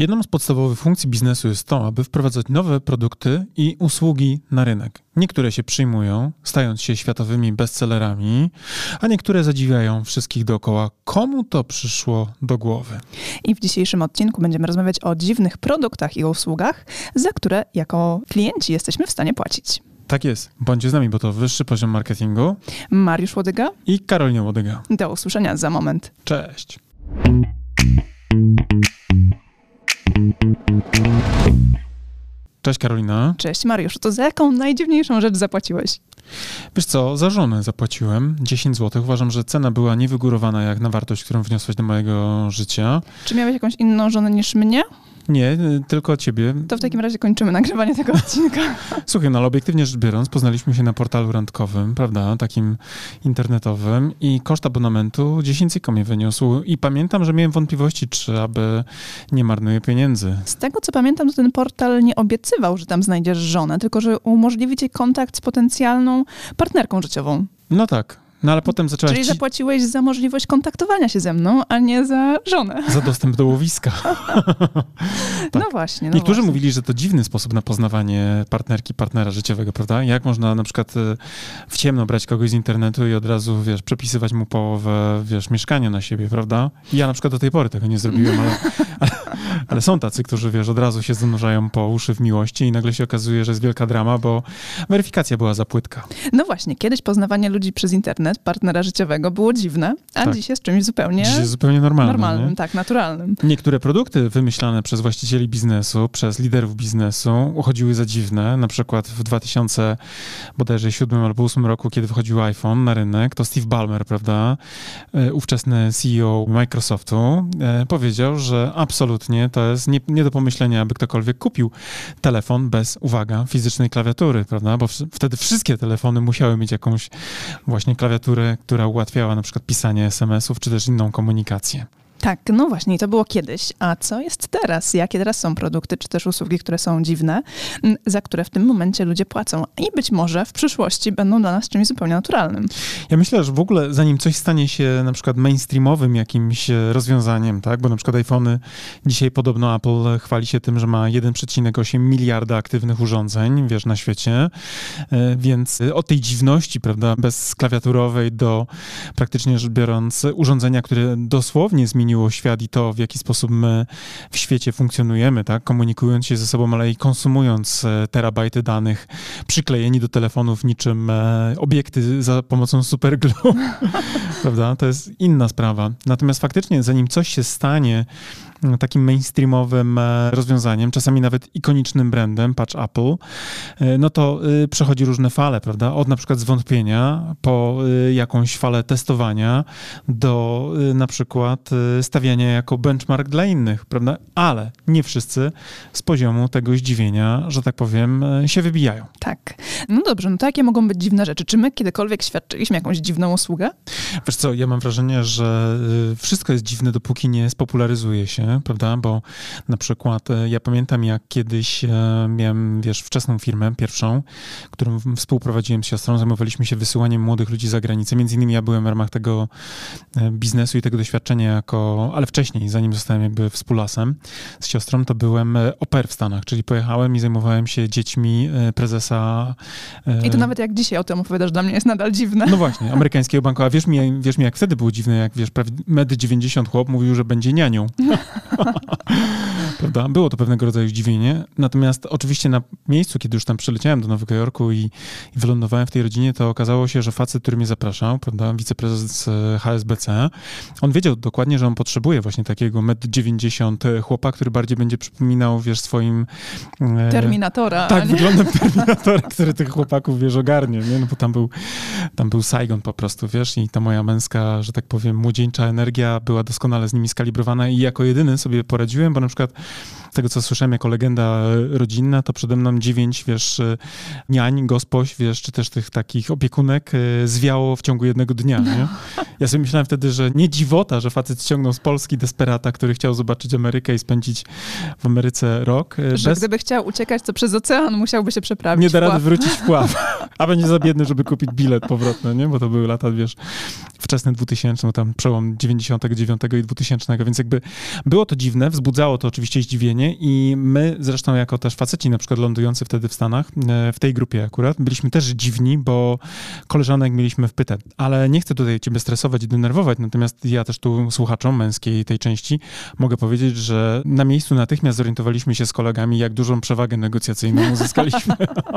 Jedną z podstawowych funkcji biznesu jest to, aby wprowadzać nowe produkty i usługi na rynek. Niektóre się przyjmują, stając się światowymi bestsellerami, a niektóre zadziwiają wszystkich dookoła. Komu to przyszło do głowy? I w dzisiejszym odcinku będziemy rozmawiać o dziwnych produktach i usługach, za które jako klienci jesteśmy w stanie płacić. Tak jest. Bądźcie z nami, bo to wyższy poziom marketingu. Mariusz Łodyga I Karolina Łodyga. Do usłyszenia za moment. Cześć. Cześć Karolina. Cześć Mariusz. To za jaką najdziwniejszą rzecz zapłaciłeś? Wiesz co, za żonę zapłaciłem 10 zł. Uważam, że cena była niewygórowana jak na wartość, którą wniosłaś do mojego życia. Czy miałeś jakąś inną żonę niż mnie? Nie, tylko ciebie. To w takim razie kończymy nagrywanie tego odcinka. Słuchaj, no ale obiektywnie rzecz biorąc, poznaliśmy się na portalu randkowym, prawda, takim internetowym i koszt abonamentu 10 zł mnie wyniósł i pamiętam, że miałem wątpliwości, czy aby nie marnuję pieniędzy. Z tego, co pamiętam, to ten portal nie obiecywał, że tam znajdziesz żonę, tylko że umożliwi ci kontakt z potencjalną partnerką życiową. No tak. No ale potem zaczęłaś... Czyli zapłaciłeś za możliwość kontaktowania się ze mną, a nie za żonę. Za dostęp do łowiska. Tak. No właśnie. Niektórzy mówili, że to dziwny sposób na poznawanie partnerki, partnera życiowego, prawda? Jak można na przykład w ciemno brać kogoś z internetu i od razu, wiesz, przepisywać mu połowę, wiesz, mieszkania na siebie, prawda? Ja na przykład do tej pory tego nie zrobiłem, ale są tacy, którzy, wiesz, od razu się zanurzają po uszy w miłości i nagle się okazuje, że jest wielka drama, bo weryfikacja była za płytka. No właśnie, kiedyś poznawanie ludzi przez internet, partnera życiowego było dziwne, a tak. Dziś jest czymś zupełnie... Dziś jest zupełnie normalnym, tak, naturalnym. Niektóre produkty wymyślane przez właścicieli biznesu, przez liderów biznesu uchodziły za dziwne. Na przykład w 2007 albo 2008 roku, kiedy wychodził iPhone na rynek, to Steve Ballmer, prawda, ówczesny CEO Microsoftu, powiedział, że absolutnie to jest nie do pomyślenia, aby ktokolwiek kupił telefon bez, uwaga, fizycznej klawiatury, prawda, bo wtedy wszystkie telefony musiały mieć jakąś właśnie klawiaturę, która ułatwiała na przykład pisanie SMS-ów, czy też inną komunikację. Tak, no właśnie, i to było kiedyś. A co jest teraz? Jakie teraz są produkty, czy też usługi, które są dziwne, za które w tym momencie ludzie płacą? I być może w przyszłości będą dla nas czymś zupełnie naturalnym. Ja myślę, że w ogóle zanim coś stanie się na przykład mainstreamowym jakimś rozwiązaniem, tak, bo na przykład iPhony, dzisiaj podobno Apple chwali się tym, że ma 1,8 miliarda aktywnych urządzeń, wiesz, na świecie, więc od tej dziwności, prawda, bezklawiaturowej do praktycznie rzecz biorąc urządzenia, które dosłownie zmieniło świat i to, w jaki sposób my w świecie funkcjonujemy, tak? Komunikując się ze sobą, ale i konsumując terabajty danych, przyklejeni do telefonów niczym obiekty za pomocą superglue, prawda? To jest inna sprawa. Natomiast faktycznie, zanim coś się stanie takim mainstreamowym rozwiązaniem, czasami nawet ikonicznym brandem, patrz Apple, no to przechodzi różne fale, prawda? Od na przykład zwątpienia po jakąś falę testowania do na przykład stawiania jako benchmark dla innych, prawda? Ale nie wszyscy z poziomu tego zdziwienia, że tak powiem, się wybijają. Tak. No dobrze, no to jakie mogą być dziwne rzeczy? Czy my kiedykolwiek świadczyliśmy jakąś dziwną usługę? Wiesz co, ja mam wrażenie, że wszystko jest dziwne, dopóki nie spopularyzuje się, prawda? Bo na przykład ja pamiętam, jak kiedyś miałem, wiesz, wczesną firmę, pierwszą, którą współprowadziłem z siostrą, zajmowaliśmy się wysyłaniem młodych ludzi za granicę. Między innymi ja byłem w ramach tego biznesu i tego doświadczenia ale wcześniej, zanim zostałem jakby współlasem z siostrą, to byłem au pair w Stanach, czyli pojechałem i zajmowałem się dziećmi prezesa... I to nawet jak dzisiaj o tym opowiadasz, dla mnie jest nadal dziwne. No właśnie, amerykańskiego banku. A wiesz mi, jak wtedy było dziwne, jak wiesz, medy 90 chłop mówił, że będzie nianią. Prawda? Było to pewnego rodzaju zdziwienie. Natomiast oczywiście na miejscu, kiedy już tam przyleciałem do Nowego Jorku i wylądowałem w tej rodzinie, to okazało się, że facet, który mnie zapraszał, prawda, wiceprezes HSBC, on wiedział dokładnie, że on potrzebuje właśnie takiego 1,90 m chłopa, który bardziej będzie przypominał, wiesz, swoim... Terminatora. Tak, wyglądem Terminatora, który tych chłopaków, wiesz, ogarnie, nie? No bo tam był Saigon po prostu, wiesz, i ta moja męska, że tak powiem, młodzieńcza energia była doskonale z nimi skalibrowana i jako jedyny sobie poradziłem, bo na przykład tego, co słyszałem jako legenda rodzinna, to przede mną 9, wiesz, niań, gospoś, wiesz, czy też tych takich opiekunek zwiało w ciągu jednego dnia, nie? Ja sobie myślałem wtedy, że nie dziwota, że facet ściągnął z Polski desperata, który chciał zobaczyć Amerykę i spędzić w Ameryce rok. Że gdyby chciał uciekać, to przez ocean musiałby się przeprawić. Nie da rady wrócić w Puław, a będzie za biedny, żeby kupić bilet powrotny, nie? Bo to były lata, wiesz, wczesne 2000, no tam przełom 99 i 2000, więc jakby było to dziwne, wzbudzało to oczywiście zdziwienie i my zresztą jako też faceci na przykład lądujący wtedy w Stanach, w tej grupie akurat, byliśmy też dziwni, bo koleżanek mieliśmy wpytę, ale nie chcę tutaj ciebie stresować i denerwować, natomiast ja też tu słuchaczom męskiej tej części mogę powiedzieć, że na miejscu natychmiast zorientowaliśmy się z kolegami, jak dużą przewagę negocjacyjną uzyskaliśmy.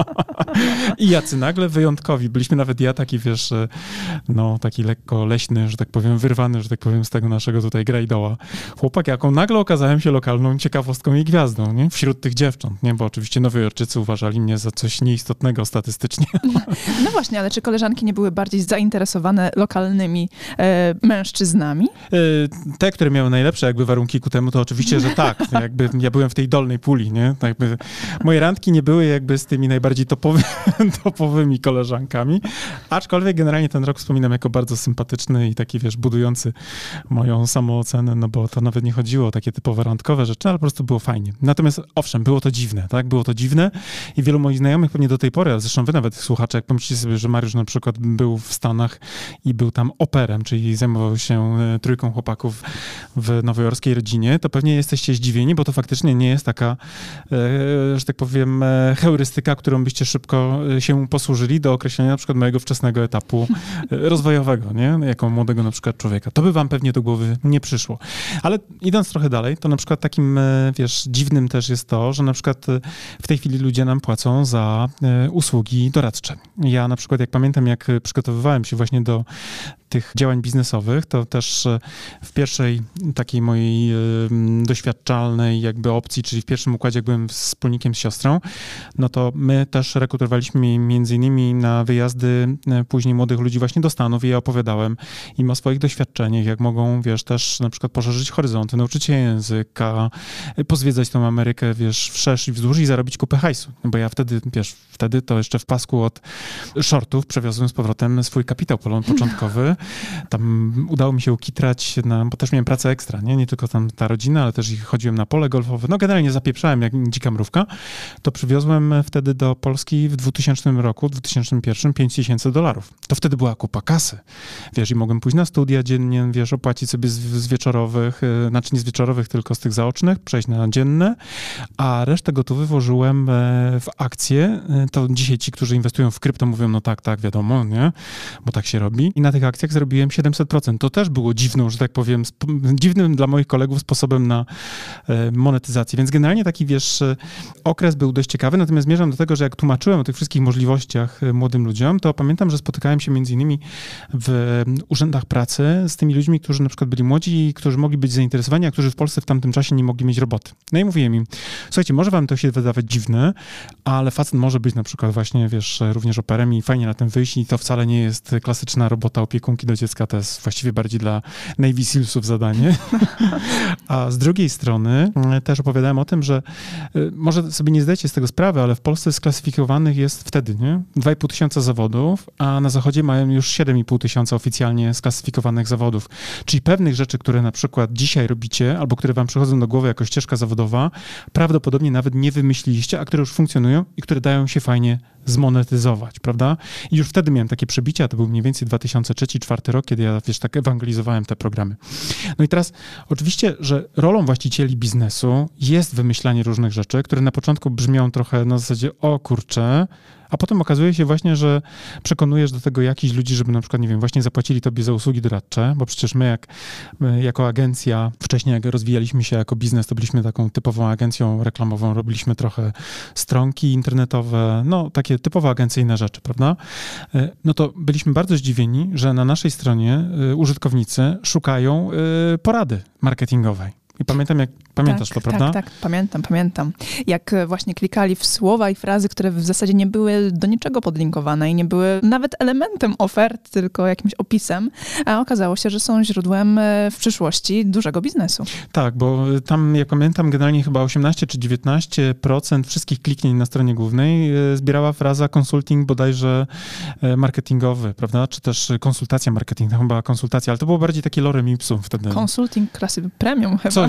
I jacy nagle wyjątkowi. Byliśmy nawet ja taki, wiesz, no taki lekko leśny, że tak powiem, wyrwany, że tak powiem, z tego naszego tutaj grajdoła. Chłopak, jaką nagle okazałem się lokalną ciekawostką i gwiazdą, nie? Wśród tych dziewcząt, nie? Bo oczywiście nowojorczycy uważali mnie za coś nieistotnego statystycznie. No właśnie, ale czy koleżanki nie były bardziej zainteresowane lokalnymi mężczyznami? Te, które miały najlepsze jakby warunki ku temu, to oczywiście, że tak. Jakby ja byłem w tej dolnej puli, nie? Tak jakby moje randki nie były jakby z tymi najbardziej topowymi koleżankami, aczkolwiek generalnie ten rok wspominam jako bardzo sympatyczny i taki, wiesz, budujący moją samoocenę, no bo to nawet nie chodziło o takie typowe randkowe rzeczy, ale po prostu było fajnie. Natomiast owszem, było to dziwne, tak? Było to dziwne i wielu moich znajomych pewnie do tej pory, ale zresztą wy nawet słuchacze, jak pomyślicie sobie, że Mariusz na przykład był w Stanach i był tam operem, czyli zajmował się trójką chłopaków w nowojorskiej rodzinie, to pewnie jesteście zdziwieni, bo to faktycznie nie jest taka, że tak powiem, heurystyka, którą byście szybko się posłużyli do określenia na przykład mojego wczesnego etapu rozwojowego, nie? Jako młodego na przykład człowieka. To by wam pewnie do głowy nie przyszło. Ale idąc trochę dalej, to na przykład takim, wiesz, dziwnym też jest to, że na przykład w tej chwili ludzie nam płacą za usługi doradcze. Ja na przykład, jak pamiętam, jak przygotowywałem się właśnie do tych działań biznesowych, to też w pierwszej takiej mojej doświadczalnej jakby opcji, czyli w pierwszym układzie, jak byłem wspólnikiem z siostrą, no to my też rekrutowaliśmy między innymi na wyjazdy później młodych ludzi właśnie do Stanów i ja opowiadałem im o swoich doświadczeniach, jak mogą, wiesz, też na przykład poszerzyć horyzonty, nauczyć się języka, pozwiedzać tą Amerykę, wiesz, wszerz i wzdłuż i zarobić kupę hajsu. Bo ja wtedy, wiesz, wtedy to jeszcze w pasku od shortów przewiozłem z powrotem swój kapitał początkowy. Tam udało mi się ukitrać, bo też miałem pracę ekstra, nie tylko tam ta rodzina, ale też chodziłem na pole golfowe. No generalnie zapieprzałem jak dzika mrówka. To przywiozłem wtedy do Polski w 2000 roku, 2001, $5000. To wtedy była kupa kasy. Wiesz, i mogłem pójść na studia dziennie, wiesz, opłacić sobie z wieczorowych, znaczy nie z wieczorowych, tylko z tych zaocznych, przejść na dzienne, a resztę gotowy włożyłem w akcje. To dzisiaj ci, którzy inwestują w krypto, mówią, no tak, wiadomo, nie? Bo tak się robi. I na tych akcjach zrobiłem 700%. To też było dziwną, że tak powiem, dziwnym dla moich kolegów sposobem na monetyzację. Więc generalnie taki, wiesz, okres był dość ciekawy, natomiast zmierzam do tego, że jak tłumaczyłem o tych wszystkich możliwościach młodym ludziom, to pamiętam, że spotykałem się między innymi w urzędach pracy z tymi ludźmi, którzy na przykład byli młodzi i którzy mogli być zainteresowani, a którzy w Polsce w tamtym czasie nie mogli mieć roboty. No i mówiłem im, słuchajcie, może wam to się wydawać dziwne, ale facet może być na przykład właśnie, wiesz, również operem i fajnie na tym wyjść i to wcale nie jest klasyczna robota opiekunki do dziecka, to jest właściwie bardziej dla Navy Sealsów zadanie. A z drugiej strony też opowiadałem o tym, że może sobie nie zdajecie z tego sprawy, ale w Polsce sklasyfikowanych jest wtedy, nie? 2500 zawodów, a na zachodzie mają już 7500 oficjalnie sklasyfikowanych zawodów. Czyli pewnych rzeczy, które na przykład dzisiaj robicie, albo które wam przychodzą do głowy jako ścieżka zawodowa, prawdopodobnie nawet nie wymyśliliście, a które już funkcjonują i które dają się fajnie zmonetyzować, prawda? I już wtedy miałem takie przebicia, to był mniej więcej 2003-2004 rok, kiedy ja, wiesz, tak ewangelizowałem te programy. No i teraz oczywiście, że rolą właścicieli biznesu jest wymyślanie różnych rzeczy, które na początku brzmią trochę na zasadzie, o kurczę, a potem okazuje się właśnie, że przekonujesz do tego jakichś ludzi, żeby na przykład, nie wiem, właśnie zapłacili tobie za usługi doradcze, bo przecież my jako agencja, wcześniej jak rozwijaliśmy się jako biznes, to byliśmy taką typową agencją reklamową, robiliśmy trochę stronki internetowe, no takie typowo agencyjne rzeczy, prawda? No to byliśmy bardzo zdziwieni, że na naszej stronie użytkownicy szukają porady marketingowej. I pamiętasz to, prawda? Tak, pamiętam. Jak właśnie klikali w słowa i frazy, które w zasadzie nie były do niczego podlinkowane i nie były nawet elementem ofert, tylko jakimś opisem, a okazało się, że są źródłem w przyszłości dużego biznesu. Tak, bo tam, jak pamiętam, generalnie chyba 18 czy 19% wszystkich kliknięć na stronie głównej zbierała fraza consulting bodajże marketingowy, prawda? Czy też konsultacja marketingowa, chyba konsultacja, ale to było bardziej takie lorem ipsum wtedy. Consulting klasy premium chyba.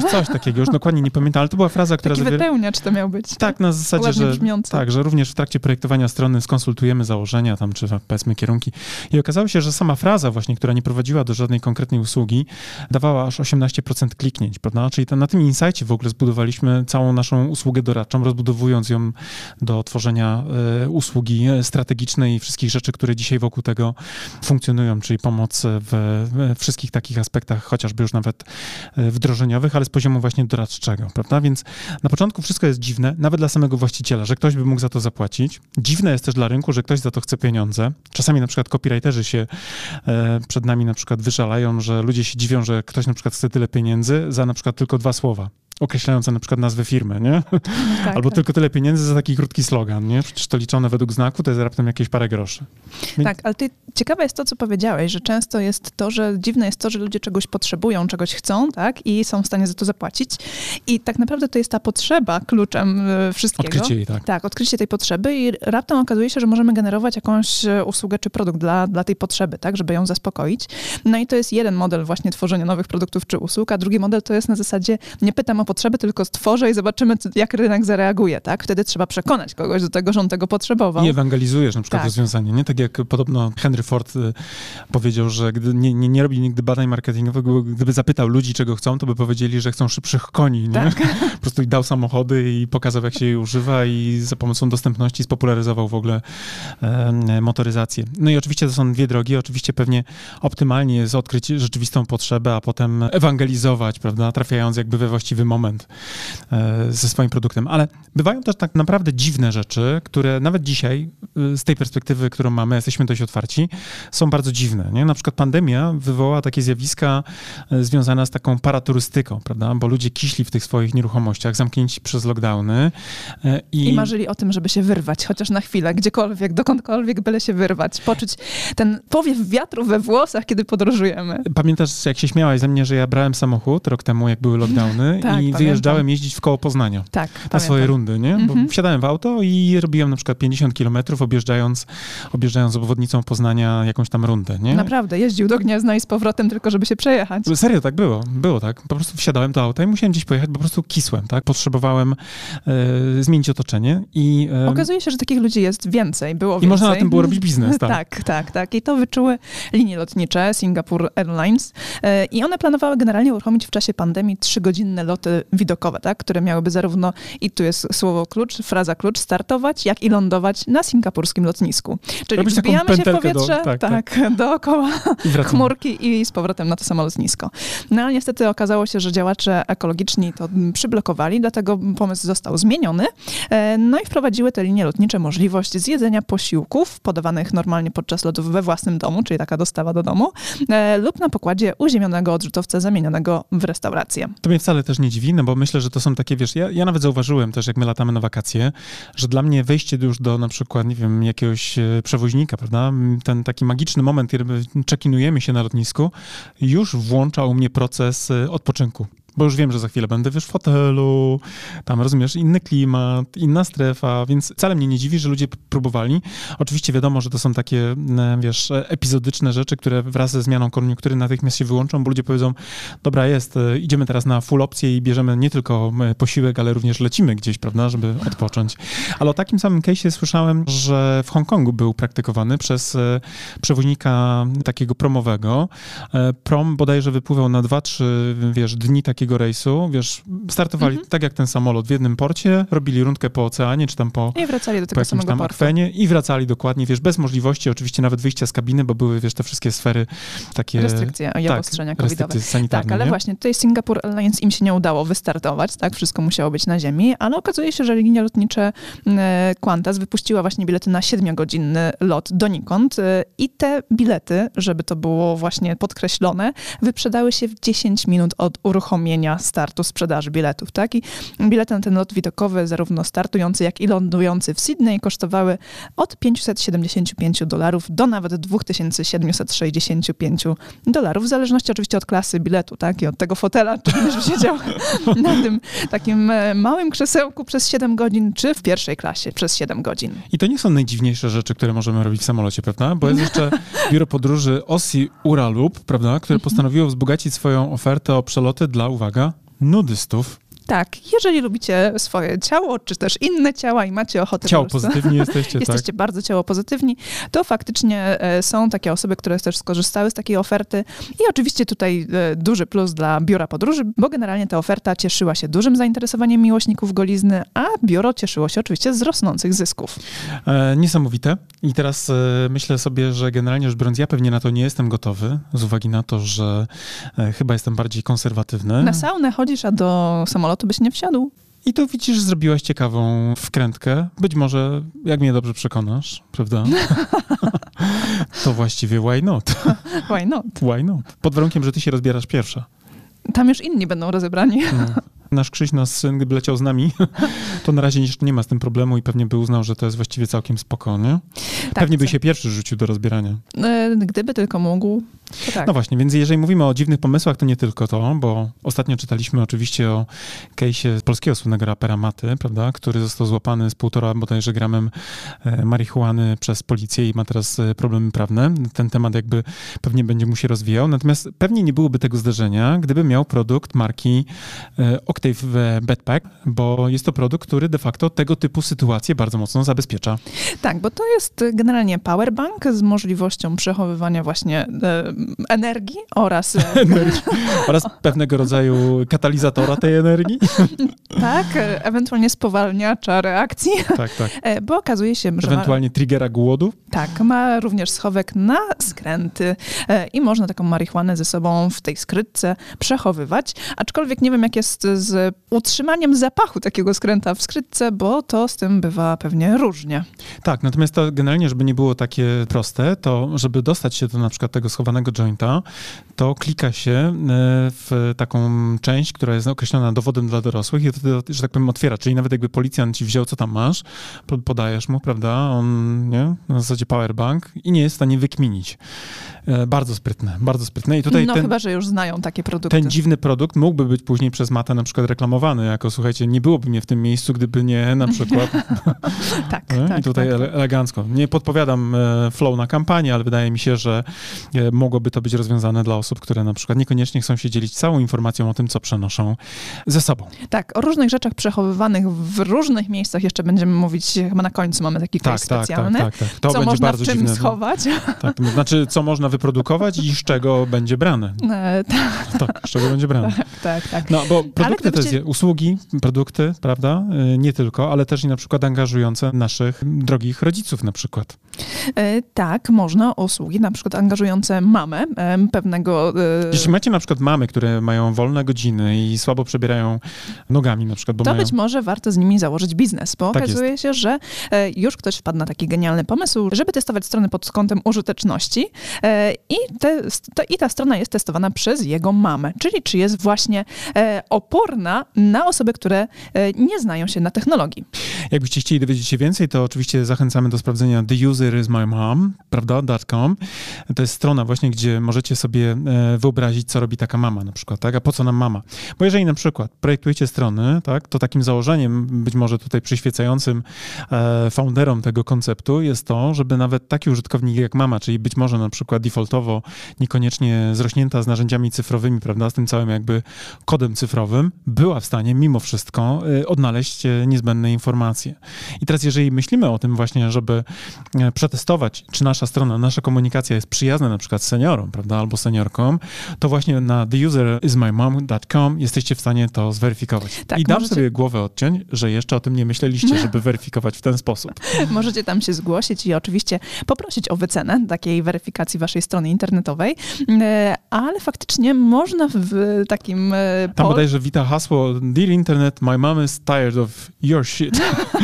coś takiego, już dokładnie nie pamiętam, ale to była fraza, która... Taki wypełniacz to miał być. Tak, na zasadzie, że brzmiący. tak, że również w trakcie projektowania strony skonsultujemy założenia tam, czy powiedzmy kierunki. I okazało się, że sama fraza właśnie, która nie prowadziła do żadnej konkretnej usługi, dawała aż 18% kliknięć, prawda? Czyli na tym insightie w ogóle zbudowaliśmy całą naszą usługę doradczą, rozbudowując ją do tworzenia usługi strategicznej i wszystkich rzeczy, które dzisiaj wokół tego funkcjonują, czyli pomoc w wszystkich takich aspektach, chociażby już nawet wdrożeniowych, ale z poziomu właśnie doradczego, prawda? Więc na początku wszystko jest dziwne, nawet dla samego właściciela, że ktoś by mógł za to zapłacić. Dziwne jest też dla rynku, że ktoś za to chce pieniądze. Czasami na przykład copywriterzy się przed nami na przykład wyżalają, że ludzie się dziwią, że ktoś na przykład chce tyle pieniędzy za na przykład tylko 2 słowa. Określające na przykład nazwę firmy, nie? Tak, Albo tak. tylko tyle pieniędzy za taki krótki slogan, nie? Przecież to liczone według znaku to jest raptem jakieś parę groszy. Więc... Tak, ale ciekawe jest to, co powiedziałeś, że często jest to, że dziwne jest to, że ludzie czegoś potrzebują, czegoś chcą, tak? I są w stanie za to zapłacić. I tak naprawdę to jest ta potrzeba kluczem wszystkiego. Odkrycie jej, tak. Tak, odkrycie tej potrzeby i raptem okazuje się, że możemy generować jakąś usługę czy produkt dla tej potrzeby, tak? Żeby ją zaspokoić. No i to jest jeden model właśnie tworzenia nowych produktów czy usług, a drugi model to jest na zasadzie nie pytam o potrzeby, tylko stworzę i zobaczymy, jak rynek zareaguje, tak? Wtedy trzeba przekonać kogoś do tego, że on tego potrzebował. I ewangelizujesz na przykład Tak. rozwiązanie, nie? Tak jak podobno Henry Ford powiedział, że gdy nie robi nigdy badań marketingowych, gdyby zapytał ludzi, czego chcą, to by powiedzieli, że chcą szybszych koni, nie? Tak. Po prostu dał samochody i pokazał, jak się je używa i za pomocą dostępności spopularyzował w ogóle motoryzację. No i oczywiście to są dwie drogi. Oczywiście pewnie optymalnie jest odkryć rzeczywistą potrzebę, a potem ewangelizować, prawda? Trafiając jakby we właściwy moment ze swoim produktem. Ale bywają też tak naprawdę dziwne rzeczy, które nawet dzisiaj z tej perspektywy, którą mamy, jesteśmy dość otwarci, są bardzo dziwne, nie? Na przykład pandemia wywołała takie zjawiska związane z taką paraturystyką, prawda? Bo ludzie kiśli w tych swoich nieruchomościach, zamknięci przez lockdowny. I marzyli o tym, żeby się wyrwać, chociaż na chwilę, gdziekolwiek, dokądkolwiek, byle się wyrwać, poczuć ten powiew wiatru we włosach, kiedy podróżujemy. Pamiętasz, jak się śmiałaś ze mnie, że ja brałem samochód rok temu, jak były lockdowny Tak, i wyjeżdżałem jeździć w koło Poznania. Tak, Na swoje rundy, nie? Bo wsiadałem w auto i robiłem na przykład 50 kilometrów, objeżdżając obwodnicą Poznania jakąś tam rundę, nie? Naprawdę, jeździł do Gniezna i z powrotem tylko, żeby się przejechać. Serio, tak było. Było tak. Po prostu wsiadałem do auta i musiałem gdzieś pojechać, po prostu kisłem, tak? Potrzebowałem zmienić otoczenie i... Okazuje się, że takich ludzi jest więcej, było więcej. I można na tym było robić biznes, tak? Tak. I to wyczuły linie lotnicze, Singapore Airlines i one planowały generalnie uruchomić w czasie pandemii 3-godzinne loty widokowe, tak? Które miałyby zarówno, i tu jest słowo klucz, fraza klucz, startować, jak i lądować na singapurskim lotnisku. Czyli robić taką wbijamy się w pętelkę powietrze, dookoła chmurki i z powrotem na to samo lotnisko. No ale niestety okazało się, że działacze ekologiczni to przyblokowali, dlatego pomysł został zmieniony. No i wprowadziły te linie lotnicze możliwość zjedzenia posiłków podawanych normalnie podczas lotów we własnym domu, czyli taka dostawa do domu, lub na pokładzie uziemionego odrzutowca zamienionego w restaurację. To mnie wcale też nie dziwi, no bo myślę, że to są takie, wiesz, ja nawet zauważyłem też, jak my latamy na wakacje, że dla mnie wejście już do na przykład, nie wiem, jakiegoś przewoźnika, prawda, ten taki magiczny moment, kiedy check-inujemy się na lotnisku, już włącza u mnie proces odpoczynku. Bo już wiem, że za chwilę będę, wiesz, w fotelu, tam, rozumiesz, inny klimat, inna strefa, więc wcale mnie nie dziwi, że ludzie próbowali. Oczywiście wiadomo, że to są takie, wiesz, epizodyczne rzeczy, które wraz ze zmianą koniunktury natychmiast się wyłączą, bo ludzie powiedzą, dobra, idziemy teraz na full opcję i bierzemy nie tylko posiłek, ale również lecimy gdzieś, prawda, żeby odpocząć. Ale o takim samym case'ie słyszałem, że w Hongkongu był praktykowany przez przewoźnika takiego promowego. Prom bodajże wypływał na 2-3, wiesz, dni takiego rejsu, wiesz, startowali tak jak ten samolot w jednym porcie, robili rundkę po oceanie, czy tam i wracali do tego samego portu. akwenie i wracali dokładnie, wiesz, bez możliwości oczywiście nawet wyjścia z kabiny, bo były, wiesz, te wszystkie sfery takie... Restrykcje i obostrzenia covidowe. Restrykcje sanitarne, tak, ale nie? właśnie tutaj Singapore Airlines im się nie udało wystartować, tak, wszystko musiało być na ziemi, ale okazuje się, że linie lotnicze Qantas wypuściła właśnie bilety na 7-godzinny lot donikąd i te bilety, żeby to było właśnie podkreślone, wyprzedały się w 10 minut od uruchomienia startu sprzedaży biletów, tak? I bilety na ten lot widokowy, zarówno startujący, jak i lądujący w Sydney, kosztowały od $575 do nawet $2765, w zależności oczywiście od klasy biletu, tak? I od tego fotela, czy będziesz siedział na tym takim małym krzesełku przez 7 godzin, czy w pierwszej klasie przez 7 godzin. I to nie są najdziwniejsze rzeczy, które możemy robić w samolocie, prawda? Bo jest jeszcze biuro podróży Aussie Uralup, prawda? Które postanowiło wzbogacić swoją ofertę o przeloty dla, uwaga, nudystów. Tak, jeżeli lubicie swoje ciało, czy też inne ciała i macie ochotę... Ciało pozytywni jesteście, jesteście bardzo ciało pozytywni, to faktycznie są takie osoby, które też skorzystały z takiej oferty i oczywiście tutaj duży plus dla biura podróży, bo generalnie ta oferta cieszyła się dużym zainteresowaniem miłośników golizny, a biuro cieszyło się oczywiście z rosnących zysków. Niesamowite. I teraz myślę sobie, że generalnie rzecz biorąc, ja pewnie na to nie jestem gotowy, z uwagi na to, że chyba jestem bardziej konserwatywny. Na saunę chodzisz, a do samolotu byś nie wsiadł. I tu widzisz, zrobiłaś ciekawą wkrętkę. Być może, jak mnie dobrze przekonasz, prawda? To właściwie why not? Why not? Why not? Pod warunkiem, że ty się rozbierasz pierwsza. Tam już inni będą rozebrani. Nasz Krzyś, nasz syn, gdyby leciał z nami, to na razie jeszcze nie ma z tym problemu i pewnie by uznał, że to jest właściwie całkiem spokojnie. Tak, pewnie by się pierwszy rzucił do rozbierania. Gdyby tylko mógł, to tak. No właśnie, więc jeżeli mówimy o dziwnych pomysłach, to nie tylko to, bo ostatnio czytaliśmy oczywiście o case'ie polskiego słynnego rapera Maty, prawda, który został złapany z 1,5 bodajże gramem marihuany przez policję i ma teraz problemy prawne. Ten temat jakby pewnie będzie mu się rozwijał, natomiast pewnie nie byłoby tego zdarzenia, gdyby miał produkt marki Octave Backpack, bo jest to produkt, który de facto tego typu sytuacje bardzo mocno zabezpiecza. Tak, bo to jest generalnie powerbank z możliwością przechowywania właśnie energii oraz... oraz pewnego rodzaju katalizatora tej energii. Tak, ewentualnie spowalniacza reakcji. Tak. Bo okazuje się, że... Ewentualnie triggera głodu. Tak, ma również schowek na skręty i można taką marihuanę ze sobą w tej skrytce przechowywać. Aczkolwiek nie wiem, jak jest z utrzymaniem zapachu takiego skręta w skrytce, bo to z tym bywa pewnie różnie. Tak, natomiast to generalnie, żeby nie było takie proste, to żeby dostać się do na przykład tego schowanego jointa, to klika się w taką część, która jest określona dowodem dla dorosłych i to, że tak powiem, otwiera. Czyli nawet jakby policjant ci wziął, co tam masz, podajesz mu, prawda, on, nie, na zasadzie powerbank i nie jest w stanie wykminić. Bardzo sprytne, bardzo sprytne. I tutaj chyba, że już znają takie produkty. Ten dziwny produkt mógłby być później przez Matę na przykład reklamowany jako, słuchajcie, nie byłoby mnie w tym miejscu, gdyby nie na przykład. Tak. I tutaj elegancko. Nie podpowiadam flow na kampanię, ale wydaje mi się, że mogłoby to być rozwiązane dla osób, które na przykład niekoniecznie chcą się dzielić całą informacją o tym, co przenoszą ze sobą. Tak, o różnych rzeczach przechowywanych w różnych miejscach jeszcze będziemy mówić, chyba na końcu mamy taki case specjalny. Tak. To co będzie można bardzo w czym dziwne. schować. Tak, to znaczy, co można wyprodukować i z czego będzie brane. Tak, z czego będzie brane. Tak. No, bo produkty to jest usługi, produkty, prawda? Nie tylko, ale też i na przykład angażujące naszych drogich rodziców na przykład. Tak, można usługi, na przykład angażujące mamę pewnego... Jeśli macie na przykład mamy, które mają wolne godziny i słabo przebierają nogami na przykład, bo to być może warto z nimi założyć biznes, bo okazuje się, że już ktoś wpadł na taki genialny pomysł, żeby testować strony pod kątem użyteczności i ta strona jest testowana przez jego mamę, czyli czy jest właśnie oporna na osoby, które nie znają się na technologii. Jakbyście chcieli dowiedzieć się więcej, to oczywiście zachęcamy do sprawdzenia theuserismymom, prawda, .com. To jest strona właśnie, gdzie możecie sobie wyobrazić, co robi taka mama na przykład, tak? A po co nam mama? Bo jeżeli na przykład projektujecie strony, tak, to takim założeniem, być może tutaj przyświecającym founderom tego konceptu jest to, żeby nawet taki użytkownik jak mama, czyli być może na przykład defaultowo niekoniecznie zrośnięta z narzędziami cyfrowymi, prawda, z tym całym jakby kodem cyfrowym, była w stanie mimo wszystko odnaleźć niezbędne informacje. I teraz jeżeli myślimy o tym właśnie, żeby przetestować, czy nasza strona, nasza komunikacja jest przyjazna na przykład seniorom, prawda, albo seniorkom, to właśnie na theuserismymom.com jesteście w stanie to zweryfikować. Tak, i dam sobie głowę odciąć, że jeszcze o tym nie myśleliście, żeby weryfikować w ten sposób. Możecie tam się zgłosić i oczywiście poprosić o wycenę takiej weryfikacji waszej strony internetowej, ale faktycznie można w takim... Tam bodajże wita hasło Dear Internet, my mom is tired of your shit.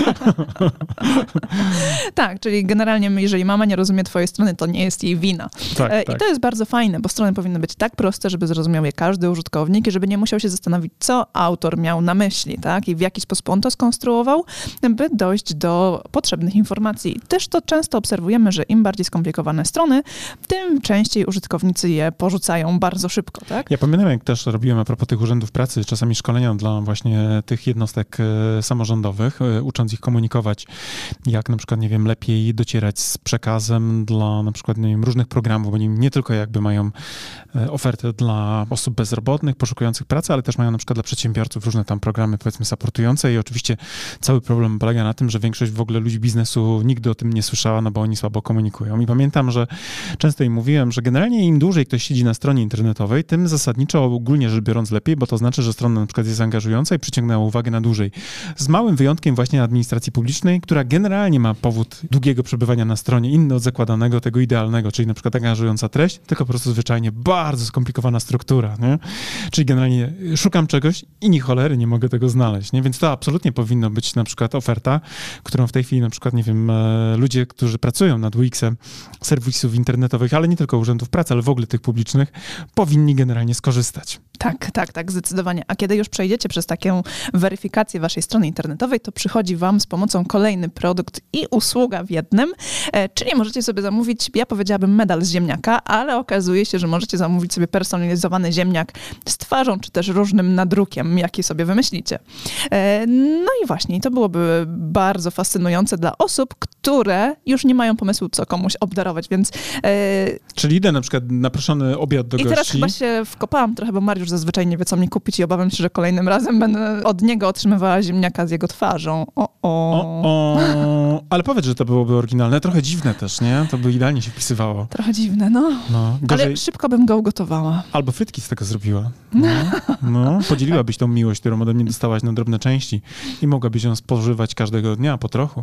Tak, czyli generalnie jeżeli mama nie rozumie twojej strony, to nie jest jej wina. Tak. I to jest bardzo fajne, bo strony powinny być tak proste, żeby zrozumiał je każdy użytkownik i żeby nie musiał się zastanowić, co autor miał na myśli, tak? I w jaki sposób on to skonstruował, by dojść do potrzebnych informacji. Też to często obserwujemy, że im bardziej skomplikowane strony, tym częściej użytkownicy je porzucają bardzo szybko, tak? Ja pamiętam, jak też robiłem a propos tych urzędów pracy, czasami szkolenia dla właśnie tych jednostek samorządowych, ucząc ich komunikować, jak na przykład, nie wiem, lepiej docierać z przekazem dla na przykład, nie wiem, różnych programów, bo oni nie tylko jakby mają ofertę dla osób bezrobotnych, poszukujących pracy, ale też mają na przykład dla przedsiębiorców różne tam programy, powiedzmy, supportujące i oczywiście cały problem polega na tym, że większość w ogóle ludzi biznesu nigdy o tym nie słyszała, no bo oni słabo komunikują. I pamiętam, że często im mówiłem, że generalnie im dłużej ktoś siedzi na stronie internetowej, tym zasadniczo ogólnie rzecz biorąc lepiej, bo to znaczy, że strona na przykład jest angażująca i przyciągnęła uwagę na dłużej. Z małym wyjątkiem właśnie administracji publicznej, która generalnie ma powód długiego przebywania na stronie inny od zakładanego, tego idealnego, czyli na przykład angażująca treść, tylko po prostu zwyczajnie bardzo skomplikowana struktura, nie? Czyli generalnie szukam czegoś i ni cholery nie mogę tego znaleźć, nie? Więc to absolutnie powinno być na przykład oferta, którą w tej chwili na przykład, nie wiem, ludzie, którzy pracują nad UX-em serwisów internetowych, ale nie tylko urzędów pracy, ale w ogóle tych publicznych, powinni generalnie skorzystać. Tak, zdecydowanie. A kiedy już przejdziecie przez taką weryfikację waszej strony internetowej, to przychodzi wam z pomocą kolejny produkt i usługa w jednym, czyli możecie sobie zamówić, ja powiedziałabym medal z ziemniaka, ale okazuje się, że możecie zamówić sobie personalizowany ziemniak z twarzą, czy też różnym nadrukiem, jaki sobie wymyślicie. No i właśnie, to byłoby bardzo fascynujące dla osób, które już nie mają pomysłu, co komuś obdarować, więc... Czyli idę na przykład na proszony obiad do gości. I teraz chyba się wkopałam trochę, bo Mariusz zazwyczaj nie wie, co mi kupić i obawiam się, że kolejnym razem będę od niego otrzymywała ziemniaka z jego twarzą. Ale powiedz, że to byłoby oryginalne. Trochę dziwne też, nie? To by idealnie się wpisywało. Trochę dziwne, no. Gorzej... Ale szybko bym go ugotowała. Albo frytki z tego zrobiła. Podzieliłabyś tą miłość, którą ode mnie dostałaś na drobne części i mogłabyś ją spożywać każdego dnia po trochu.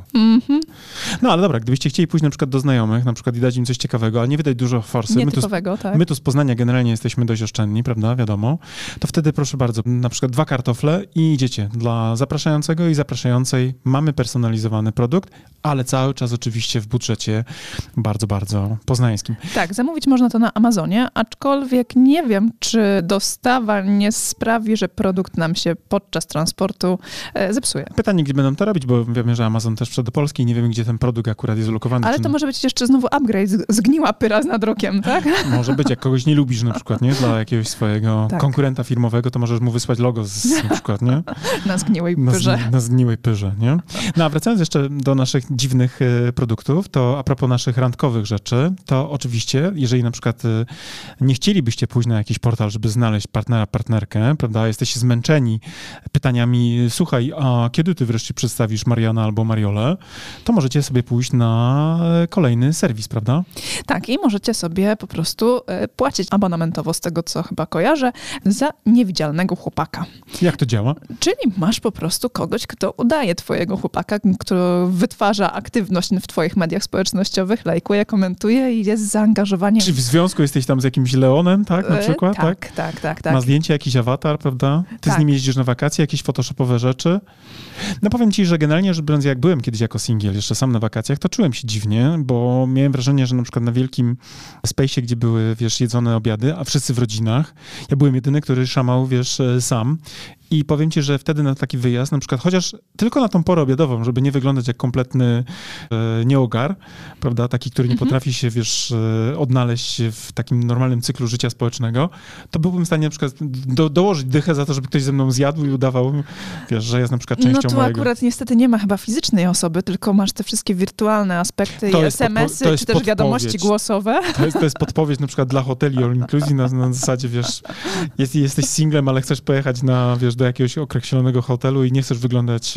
No ale dobra, gdybyście chcieli pójść na przykład do znajomych, na przykład i dać im coś ciekawego, ale nie wydać dużo forsy. Nietypowego, tak. My tu z Poznania generalnie jesteśmy dość oszczędni, prawda? Wiadomo. To wtedy proszę bardzo, na przykład 2 kartofle i idziecie. Dla zapraszającego i zapraszającej mamy personalizowany produkt, ale cały czas oczywiście w budżecie bardzo, bardzo poznańskim. Tak, zamówić można to na Amazonie, aczkolwiek nie wiem, czy dostawa nie sprawi, że produkt nam się podczas transportu zepsuje. Pytanie, gdzie będą to robić, bo wiemy, że Amazon też wszedł do Polski i nie wiemy, gdzie ten produkt akurat jest ulokowany. Ale to może być jeszcze znowu upgrade, zgniła pyra z nadrukiem, tak? Może być, jak kogoś nie lubisz na przykład, nie? Dla jakiegoś swojego konkurenta firmowego, to możesz mu wysłać logo na przykład, nie? Na zgniłej pyrze. Na zgniłej pyrze, nie? No a wracając jeszcze do naszych dziwnych produktów, to a propos naszych randkowych rzeczy, to oczywiście, jeżeli na przykład nie chcielibyście pójść na jakiś portal, żeby znaleźć partnera, partnerkę, prawda, jesteście zmęczeni pytaniami, słuchaj, a kiedy ty wreszcie przedstawisz Mariana albo Mariolę, to możecie sobie pójść na kolejny serwis, prawda? Tak, i możecie sobie po prostu płacić abonamentowo, z tego co chyba kojarzę, za niewidzialnego chłopaka. Jak to działa? Czyli masz po prostu kogoś, kto udaje twojego chłopaka, który wytwarza aktywność w twoich mediach społecznościowych, lajkuje, komentuje i jest zaangażowaniem. Czy w związku jesteś tam z jakimś Leonem, tak, na przykład? Tak. Ma zdjęcie, jakiś awatar, prawda? Ty z nim jeździsz na wakacje, jakieś photoshopowe rzeczy. No powiem ci, że generalnie rzecz biorąc, jak byłem kiedyś jako singiel, jeszcze sam na wakacjach, to czułem się dziwnie, bo miałem wrażenie, że na przykład na wielkim space'ie, gdzie były, wiesz, jedzone obiady, a wszyscy w rodzinach, ja byłem jedyny, który szamał, wiesz, sam. I powiem ci, że wtedy na taki wyjazd, na przykład chociaż tylko na tą porę obiadową, żeby nie wyglądać jak kompletny nieogar, prawda, taki, który nie potrafi się, wiesz, odnaleźć w takim normalnym cyklu życia społecznego, to byłbym w stanie na przykład dołożyć dychę za to, żeby ktoś ze mną zjadł i udawał, wiesz, że jest na przykład częścią mojego. No tu akurat niestety nie ma chyba fizycznej osoby, tylko masz te wszystkie wirtualne aspekty i SMS-y, czy też wiadomości głosowe. To jest podpowiedź na przykład dla hoteli all inclusive na zasadzie, wiesz, jesteś singlem, ale chcesz pojechać na, wiesz, do jakiegoś określonego hotelu i nie chcesz wyglądać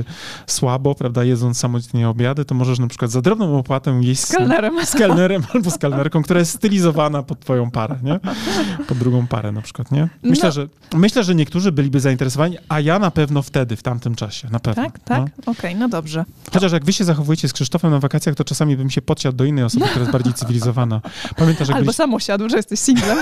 słabo, prawda, jedząc samodzielnie obiady, to możesz na przykład za drobną opłatę jeść z kelnerem albo z kelnerką, która jest stylizowana pod twoją parę, nie? Pod drugą parę na przykład, nie? Myślę, że niektórzy byliby zainteresowani, a ja na pewno wtedy, w tamtym czasie, na pewno. Tak? Okej, no dobrze. Chociaż jak wy się zachowujecie z Krzysztofem na wakacjach, to czasami bym się podsiadł do innej osoby, która jest bardziej cywilizowana. Pamiętasz, jak albo sam osiadł, że jesteś singlem.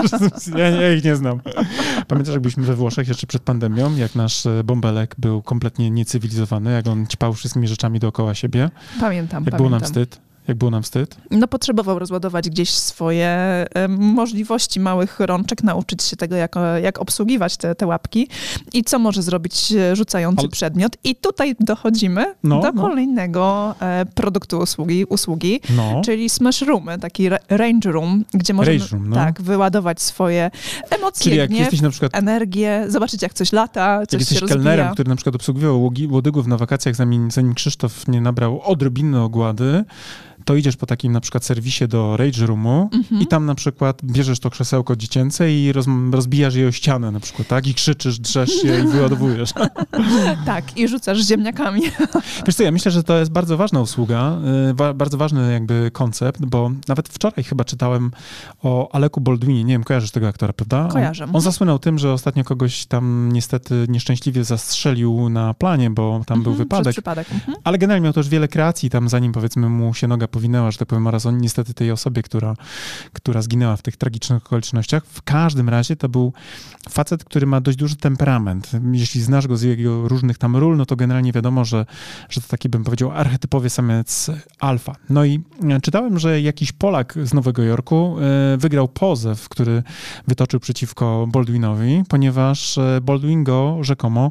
Ja ich nie znam. Pamiętasz, jak byliśmy we Włoszech jeszcze przed pandemią, jak nasz bąbelek był kompletnie niecywilizowany, jak on ćpał wszystkimi rzeczami dookoła siebie. Pamiętam. Było nam wstyd. jak było nam wstyd? No potrzebował rozładować gdzieś swoje możliwości małych rączek, nauczyć się tego, jak obsługiwać te łapki i co może zrobić rzucający przedmiot. I tutaj dochodzimy do kolejnego produktu usługi, czyli Smash Roomy, taki Range Room, gdzie możemy wyładować swoje emocje, czyli jak jesteś na przykład energię, zobaczyć jak coś lata, coś się rozwija. kelnerem, który na przykład obsługiwał łodygów na wakacjach, zanim Krzysztof nie nabrał odrobiny ogłady, to idziesz po takim na przykład serwisie do Rage Roomu i tam na przykład bierzesz to krzesełko dziecięce i rozbijasz je o ścianę na przykład, tak? I krzyczysz, drzesz się i wyładowujesz. Tak, i rzucasz ziemniakami. Wiesz co, ja myślę, że to jest bardzo ważna usługa, bardzo ważny jakby koncept, bo nawet wczoraj chyba czytałem o Aleku Baldwinie, nie wiem, kojarzysz tego aktora, prawda? Kojarzę. On zasłynął tym, że ostatnio kogoś tam niestety nieszczęśliwie zastrzelił na planie, bo tam był wypadek. Przypadek. Ale generalnie miał też wiele kreacji tam, zanim powiedzmy mu się noga powinęła, że tak powiem, oraz on niestety tej osobie, która zginęła w tych tragicznych okolicznościach. W każdym razie to był facet, który ma dość duży temperament. Jeśli znasz go z jego różnych tam ról, no to generalnie wiadomo, że to taki, bym powiedział, archetypowy samiec alfa. No i czytałem, że jakiś Polak z Nowego Jorku wygrał pozew, który wytoczył przeciwko Baldwinowi, ponieważ Baldwin go rzekomo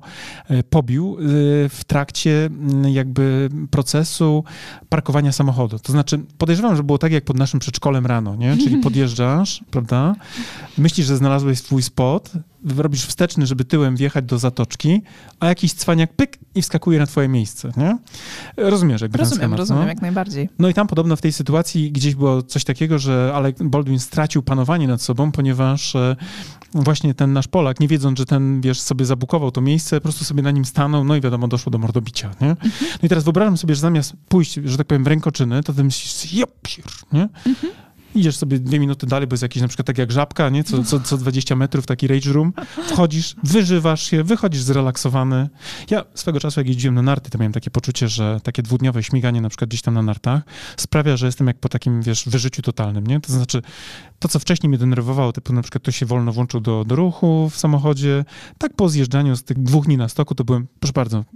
pobił w trakcie jakby procesu parkowania samochodu. To znaczy, podejrzewam, że było tak jak pod naszym przedszkolem rano, nie? Czyli podjeżdżasz, prawda? Myślisz, że znalazłeś swój spot, robisz wsteczny, żeby tyłem wjechać do zatoczki, a jakiś cwaniak pyk i wskakuje na twoje miejsce, nie? Rozumiesz jakby ten schemat, Rozumiem, jak najbardziej. No i tam podobno w tej sytuacji gdzieś było coś takiego, że Alec Baldwin stracił panowanie nad sobą, ponieważ właśnie ten nasz Polak, nie wiedząc, że ten, wiesz, sobie zabukował to miejsce, po prostu sobie na nim stanął, no i wiadomo, doszło do mordobicia, nie? No i teraz wyobrażam sobie, że zamiast pójść, że tak powiem, w rękoczyny, to ty myślisz, nie? Idziesz sobie 2 minuty dalej, bo jest jakiś na przykład tak jak Żabka, nie? Co 20 metrów taki Rage Room. Wchodzisz, wyżywasz się, wychodzisz zrelaksowany. Ja swego czasu, jak jeździłem na narty, to miałem takie poczucie, że takie 2-dniowe śmiganie na przykład gdzieś tam na nartach sprawia, że jestem jak po takim, wiesz, wyżyciu totalnym, nie? To znaczy, to co wcześniej mnie denerwowało, typu na przykład ktoś się wolno włączył do ruchu w samochodzie, tak po zjeżdżaniu z tych 2 dni na stoku, to byłem, proszę bardzo,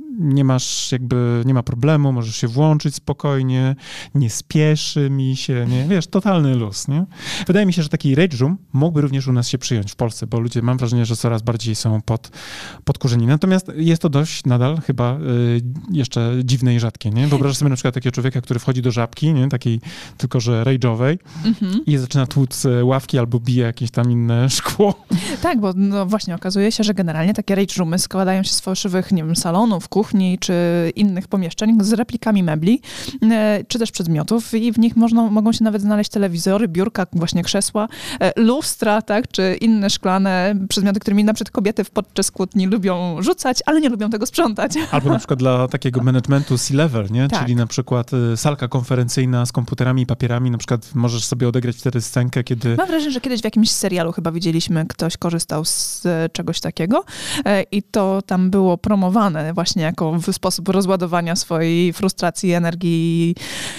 nie ma problemu, możesz się włączyć spokojnie, nie spieszy mi się, nie? Wiesz, totalny luz, nie? Wydaje mi się, że taki Rage Room mógłby również u nas się przyjąć w Polsce, bo ludzie, mam wrażenie, że coraz bardziej są podkurzeni. Natomiast jest to dość nadal chyba jeszcze dziwne i rzadkie, nie? Wyobrażasz sobie na przykład takiego człowieka, który wchodzi do Żabki, nie? Takiej tylko, że rage'owej i zaczyna tłuc ławki albo bije jakieś tam inne szkło. Tak, bo no właśnie okazuje się, że generalnie takie Rage Roomy składają się z fałszywych, nie wiem, salonów, kuchni czy innych pomieszczeń z replikami mebli, czy też przedmiotów i w nich mogą się nawet znaleźć telewizory, biurka, właśnie krzesła, lustra, tak, czy inne szklane przedmioty, którymi na przykład kobiety podczas kłótni lubią rzucać, ale nie lubią tego sprzątać. Albo na przykład dla takiego managementu C-level, nie? Tak. Czyli na przykład salka konferencyjna z komputerami i papierami, na przykład możesz sobie odegrać wtedy scenkę, kiedy... Mam wrażenie, że kiedyś w jakimś serialu chyba widzieliśmy, ktoś korzystał z czegoś takiego i to tam było promowane właśnie jako sposób rozładowania swojej frustracji, energii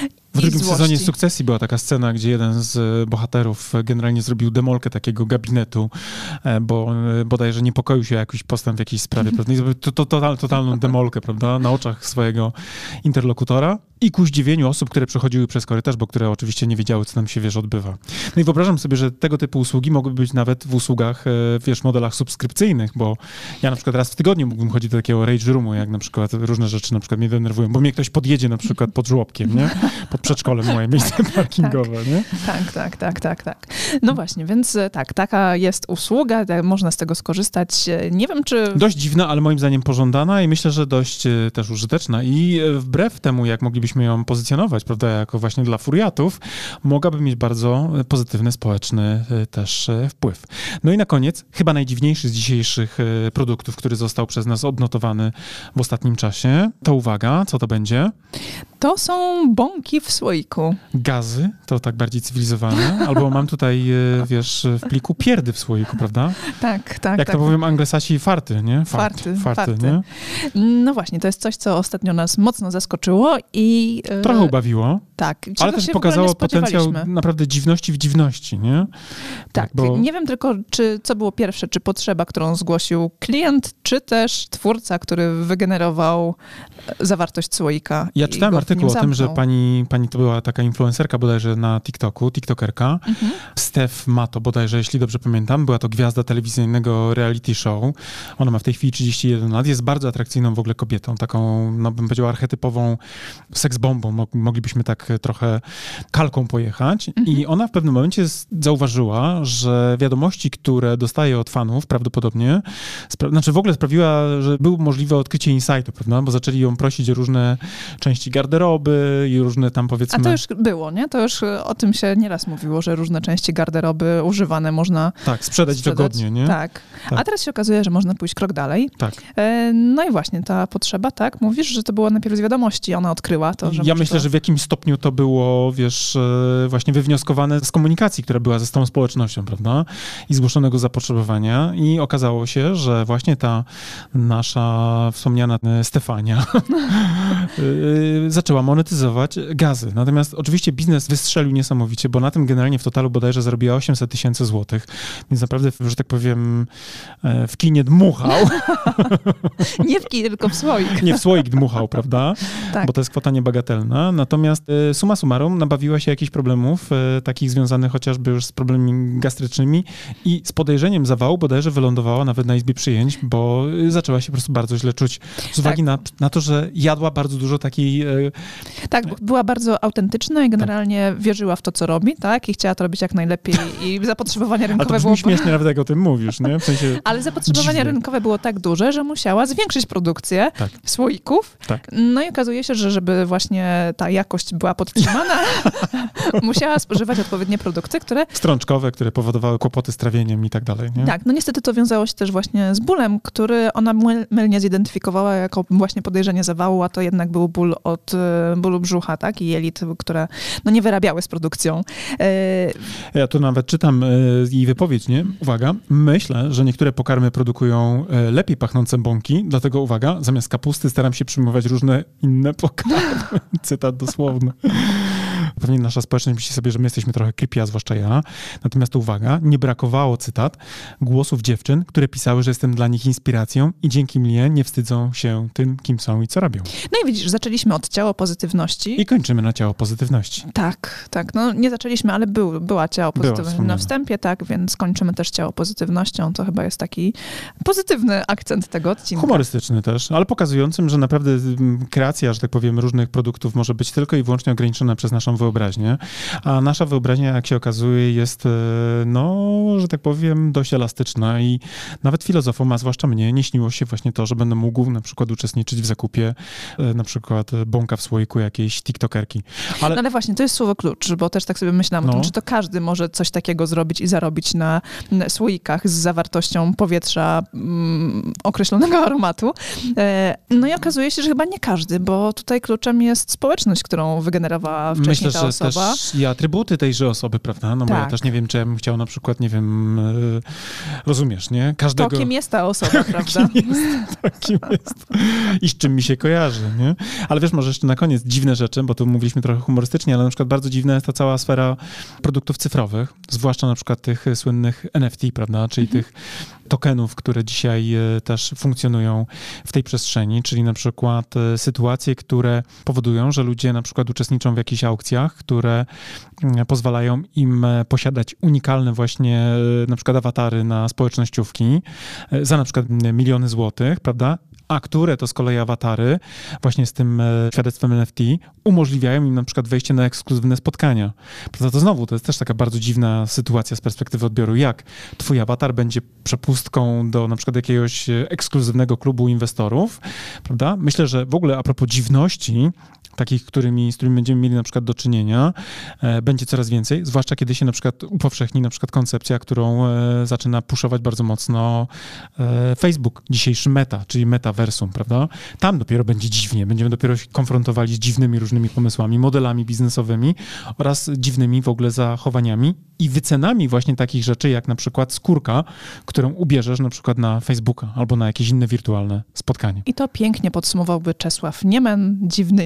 w drugim sezonie Sukcesji była taka scena, gdzie jeden z bohaterów generalnie zrobił demolkę takiego gabinetu, bo bodajże niepokoił się o jakiś postęp w jakiejś sprawie, prawda? I zrobił totalną demolkę, prawda? Na oczach swojego interlokutora i ku zdziwieniu osób, które przechodziły przez korytarz, bo które oczywiście nie wiedziały, co tam się, wiesz, odbywa. No i wyobrażam sobie, że tego typu usługi mogłyby być nawet w usługach, wiesz, modelach subskrypcyjnych, bo ja na przykład raz w tygodniu mógłbym chodzić do takiego Rage Roomu, jak na przykład różne rzeczy na przykład mnie denerwują, bo mnie ktoś podjedzie na przykład pod żłobkiem, nie? Pod przedszkolem moje miejsce parkingowe, tak. nie? Tak. No właśnie, więc tak, taka jest usługa, można z tego skorzystać. Nie wiem, czy... Dość dziwna, ale moim zdaniem pożądana i myślę, że dość też użyteczna i wbrew temu, jak moglibyśmy ją pozycjonować, prawda, jako właśnie dla furiatów, mogłaby mieć bardzo pozytywny, społeczny też wpływ. No i na koniec, chyba najdziwniejszy z dzisiejszych produktów, który został przez nas odnotowany w ostatnim czasie, to uwaga, co to będzie? To są bąki w słoiku. Gazy, to tak bardziej cywilizowane. Albo mam tutaj, wiesz, w pliku pierdy w słoiku, prawda? Tak. Jak to powiem anglosasi, farty, nie? Farty, nie? No właśnie, to jest coś, co ostatnio nas mocno zaskoczyło i... Trochę ubawiło. Tak. Ale też pokazało potencjał naprawdę dziwności w dziwności, nie? Tak, bo... nie wiem tylko, co było pierwsze, czy potrzeba, którą zgłosił klient, czy też twórca, który wygenerował zawartość słoika. Ja czytałem artykuł o tym, że pani to była taka influencerka bodajże na TikToku, tiktokerka. Steph Matto bodajże, jeśli dobrze pamiętam, była to gwiazda telewizyjnego reality show. Ona ma w tej chwili 31 lat, jest bardzo atrakcyjną w ogóle kobietą, taką, no bym powiedział, archetypową seksbombą. Moglibyśmy tak trochę kalką pojechać. I ona w pewnym momencie zauważyła, że wiadomości, które dostaje od fanów prawdopodobnie, w ogóle sprawiła, że było możliwe odkrycie insightu, prawda? Bo zaczęli ją prosić o różne części garderoby i różne tam, powiedzmy... A to już było, nie? To już o tym się nieraz mówiło, że różne części garderoby używane można sprzedać dogodnie, nie? Tak. A teraz się okazuje, że można pójść krok dalej. Tak. No i właśnie ta potrzeba, tak? Mówisz, że to było najpierw z wiadomości, ona odkryła to, że... Ja myślę, że w jakimś stopniu to było, wiesz, właśnie wywnioskowane z komunikacji, która była ze tą społecznością, prawda? I zgłoszonego zapotrzebowania. I okazało się, że właśnie ta nasza wspomniana Stefania zaczęła monetyzować gazy. Natomiast oczywiście biznes wystrzelił niesamowicie, bo na tym generalnie w totalu bodajże zarobiła 800 000 złotych. Więc naprawdę, że tak powiem, w kinie dmuchał. Nie w kinie, tylko w słoik. Nie w słoik dmuchał, prawda? Tak. Bo to jest kwota niebagatelna. Natomiast summa summarum nabawiła się jakichś problemów, takich związanych chociażby już z problemami gastrycznymi i z podejrzeniem zawału bodajże wylądowała nawet na izbie przyjęć, bo zaczęła się po prostu bardzo źle czuć. Z uwagi na to, że jadła bardzo dużo takiej... Tak, była bardzo autentyczna i generalnie wierzyła w to, co robi, tak? I chciała to robić jak najlepiej i zapotrzebowanie rynkowe było... Ale to brzmi śmiesznie nawet, jak o tym mówisz, nie? W sensie ale zapotrzebowanie rynkowe było tak duże, że musiała zwiększyć produkcję słoików. Tak. No i okazuje się, że żeby właśnie ta jakość była podtrzymana, musiała spożywać odpowiednie produkty, które... Strączkowe, które powodowały kłopoty z trawieniem i tak dalej, nie? Tak, no niestety to wiązało się też właśnie z bólem, który ona mylnie zidentyfikowała jako właśnie podejrzenie zawału, a to jednak był ból od bólu brzucha, tak? I jelit, które no nie wyrabiały z produkcją. Ja tu nawet czytam jej wypowiedź, nie? Uwaga, myślę, że niektóre pokarmy produkują lepiej pachnące bąki, dlatego uwaga, zamiast kapusty staram się przyjmować różne inne pokarmy. Cytat dosłowny. Pewnie nasza społeczność myśli sobie, że my jesteśmy trochę creepy, a zwłaszcza ja. Natomiast uwaga, nie brakowało, cytat, głosów dziewczyn, które pisały, że jestem dla nich inspiracją i dzięki mnie nie wstydzą się tym, kim są i co robią. No i widzisz, zaczęliśmy od ciało pozytywności. I kończymy na ciało pozytywności. Tak. No nie zaczęliśmy, ale była ciało pozytywności na wstępie, tak, więc kończymy też ciało pozytywnością. To chyba jest taki pozytywny akcent tego odcinka. Humorystyczny też, ale pokazującym, że naprawdę kreacja, że tak powiem, różnych produktów może być tylko i wyłącznie ograniczona przez naszą wyobraźnię, a nasza wyobraźnia, jak się okazuje, jest, no, że tak powiem, dość elastyczna i nawet filozofom, a zwłaszcza mnie, nie śniło się właśnie to, że będę mógł na przykład uczestniczyć w zakupie na przykład bąka w słoiku jakiejś tiktokerki. Ale właśnie, to jest słowo klucz, bo też tak sobie myślałam o tym, czy to każdy może coś takiego zrobić i zarobić na słoikach z zawartością powietrza określonego aromatu. No i okazuje się, że chyba nie każdy, bo tutaj kluczem jest społeczność, którą wygenerowała wcześniej ta osoba. Myślę, że też i atrybuty tejże osoby, prawda? No bo ja też nie wiem, czy ja bym chciał na przykład, nie wiem, rozumiesz, nie? Każdego... To kim jest ta osoba, prawda? Kim jest. I z czym mi się kojarzy, nie? Ale wiesz, może jeszcze na koniec dziwne rzeczy, bo tu mówiliśmy trochę humorystycznie, ale na przykład bardzo dziwna jest ta cała sfera produktów cyfrowych, zwłaszcza na przykład tych słynnych NFT, prawda? Czyli tych tokenów, które dzisiaj też funkcjonują w tej przestrzeni, czyli na przykład sytuacje, które powodują, że ludzie na przykład uczestniczą w jakichś aukcjach, które pozwalają im posiadać unikalne właśnie na przykład awatary na społecznościówki za na przykład miliony złotych, prawda? A które to z kolei awatary właśnie z tym świadectwem NFT umożliwiają im na przykład wejście na ekskluzywne spotkania. Prawda? To znowu, to jest też taka bardzo dziwna sytuacja z perspektywy odbioru, jak twój awatar będzie przepustką do na przykład jakiegoś ekskluzywnego klubu inwestorów, prawda? Myślę, że w ogóle a propos dziwności, takich, z którymi będziemy mieli na przykład do czynienia, będzie coraz więcej, zwłaszcza kiedy się na przykład upowszechni na przykład koncepcja, którą zaczyna puszować bardzo mocno Facebook, dzisiejszy Meta, czyli metaversum, prawda? Tam dopiero będzie dziwnie, będziemy dopiero się konfrontowali z dziwnymi różnymi pomysłami, modelami biznesowymi oraz dziwnymi w ogóle zachowaniami i wycenami właśnie takich rzeczy, jak na przykład skórka, którą ubierzesz na przykład na Facebooka albo na jakieś inne wirtualne spotkanie. I to pięknie podsumowałby Czesław Niemen. Dziwny jest ten świat.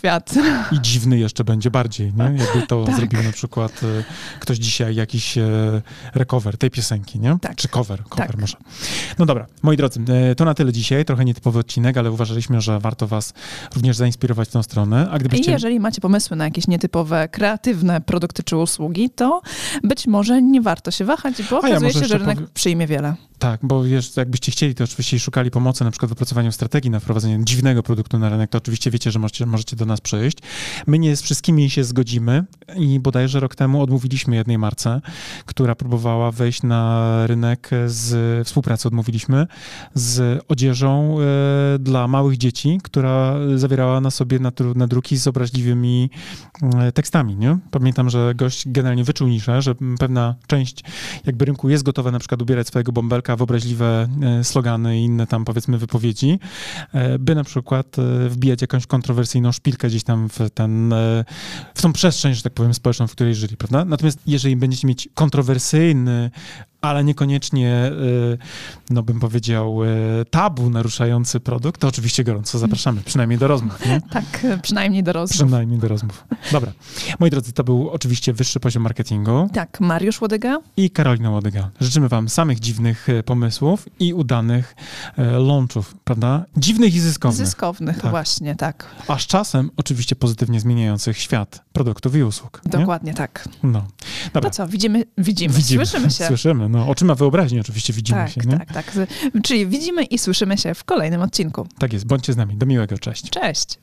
świat. I dziwny jeszcze będzie bardziej, nie? Jakby to Tak. zrobił na przykład ktoś dzisiaj jakiś recover tej piosenki, nie? Tak. Czy cover Tak. może. No dobra, moi drodzy, to na tyle dzisiaj. Trochę nietypowy odcinek, ale uważaliśmy, że warto was również zainspirować w tą stronę. A I gdybyście... jeżeli macie pomysły na jakieś nietypowe, kreatywne produkty czy usługi, to być może nie warto się wahać, bo okazuje może się, że jeszcze rynek przyjmie wiele. Tak, bo wiesz, jakbyście chcieli, to oczywiście szukali pomocy na przykład w opracowaniu strategii na wprowadzenie dziwnego produktu na rynek, to oczywiście wiecie, że możecie do nas przyjść. My nie z wszystkimi się zgodzimy i bodajże rok temu odmówiliśmy jednej marce, która próbowała wejść na rynek z współpracy, odmówiliśmy z odzieżą dla małych dzieci, która zawierała na sobie nadruki z obraźliwymi tekstami, nie? Pamiętam, że gość generalnie wyczuł niszę, że pewna część jakby rynku jest gotowa na przykład ubierać swojego bąbelka w obraźliwe slogany i inne tam powiedzmy wypowiedzi, by na przykład wbijać jakąś kontrowersyjną szpilkę gdzieś tam w tą przestrzeń, że tak powiem, społeczną, w której żyli, prawda? Natomiast jeżeli będziecie mieć kontrowersyjny, ale niekoniecznie, no bym powiedział, tabu naruszający produkt, to oczywiście gorąco zapraszamy, przynajmniej do rozmów, nie? Tak, przynajmniej do rozmów. Przynajmniej do rozmów. Dobra. Moi drodzy, to był oczywiście wyższy poziom marketingu. Tak, Mariusz Łodyga. I Karolina Łodyga. Życzymy wam samych dziwnych pomysłów i udanych launchów, prawda? Dziwnych i zyskownych. Zyskownych, Tak. właśnie, tak. A z czasem oczywiście pozytywnie zmieniających świat produktów i usług. Nie? Dokładnie tak. No. Dobra. To co, widzimy, słyszymy się. Słyszymy, no. Oczyma wyobraźni oczywiście widzimy Tak, się, nie? tak. Czyli widzimy i słyszymy się w kolejnym odcinku. Tak jest. Bądźcie z nami. Do miłego. Cześć. Cześć.